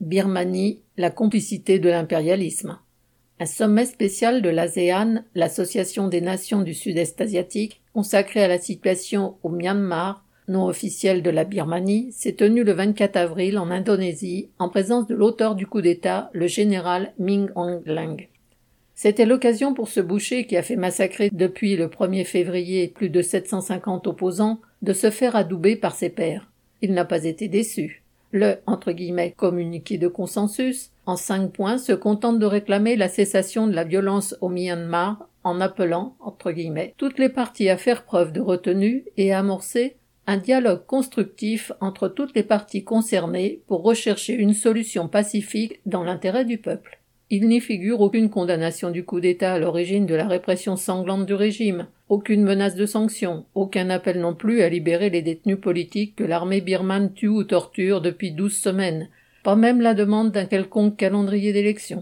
Birmanie, la complicité de l'impérialisme. Un sommet spécial de l'ASEAN, l'Association des Nations du Sud-Est asiatique, consacré à la situation au Myanmar, nom officiel de la Birmanie, s'est tenu le 24 avril en Indonésie, en présence de l'auteur du coup d'État, le général Min Aung Hlaing. C'était l'occasion pour ce boucher qui a fait massacrer depuis le 1er février plus de 750 opposants de se faire adouber par ses pairs. Il n'a pas été déçu. Le « communiqué de consensus » en 5 points se contente de réclamer la cessation de la violence au Myanmar en appelant « toutes les parties à faire preuve de retenue et à amorcer un dialogue constructif entre toutes les parties concernées pour rechercher une solution pacifique dans l'intérêt du peuple ». Il n'y figure aucune condamnation du coup d'État à l'origine de la répression sanglante du régime, aucune menace de sanctions, aucun appel non plus à libérer les détenus politiques que l'armée birmane tue ou torture depuis 12 semaines, pas même la demande d'un quelconque calendrier d'élections.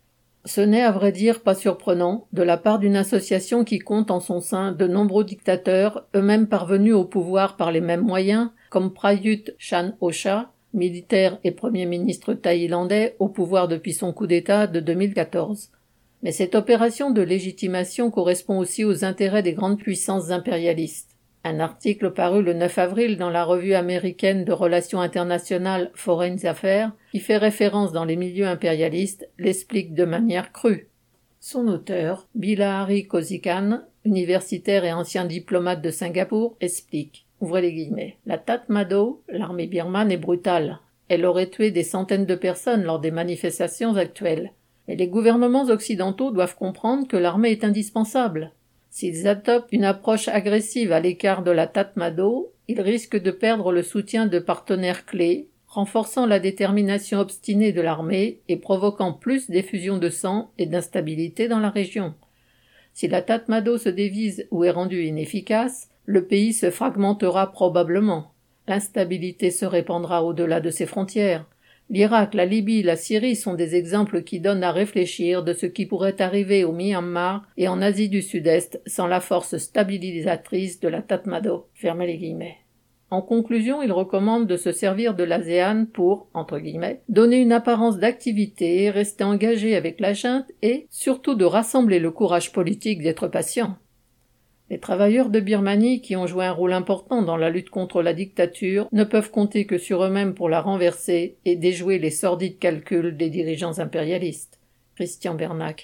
Ce n'est à vrai dire pas surprenant, de la part d'une association qui compte en son sein de nombreux dictateurs, eux-mêmes parvenus au pouvoir par les mêmes moyens, comme Prayut Chan-o-cha, militaire et Premier ministre thaïlandais au pouvoir depuis son coup d'État de 2014. Mais cette opération de légitimation correspond aussi aux intérêts des grandes puissances impérialistes. Un article paru le 9 avril dans la revue américaine de relations internationales Foreign Affairs, qui fait référence dans les milieux impérialistes, l'explique de manière crue. Son auteur, Bilahari Kausikan, universitaire et ancien diplomate de Singapour, explique. Ouvrez les guillemets. La Tatmadaw, l'armée birmane, est brutale. Elle aurait tué des centaines de personnes lors des manifestations actuelles. Mais les gouvernements occidentaux doivent comprendre que l'armée est indispensable. S'ils adoptent une approche agressive à l'écart de la Tatmadaw, ils risquent de perdre le soutien de partenaires clés, renforçant la détermination obstinée de l'armée et provoquant plus d'effusion de sang et d'instabilité dans la région. Si la Tatmadaw se dévise ou est rendue inefficace, le pays se fragmentera probablement. L'instabilité se répandra au-delà de ses frontières. L'Irak, la Libye, la Syrie sont des exemples qui donnent à réfléchir de ce qui pourrait arriver au Myanmar et en Asie du Sud-Est sans la force stabilisatrice de la Tatmadaw. Fermez les guillemets. En conclusion, il recommande de se servir de l'ASEAN pour, entre guillemets, donner une apparence d'activité, rester engagé avec la junte et, surtout, de rassembler le courage politique d'être patient. Les travailleurs de Birmanie, qui ont joué un rôle important dans la lutte contre la dictature, ne peuvent compter que sur eux-mêmes pour la renverser et déjouer les sordides calculs des dirigeants impérialistes. Christian Bernac.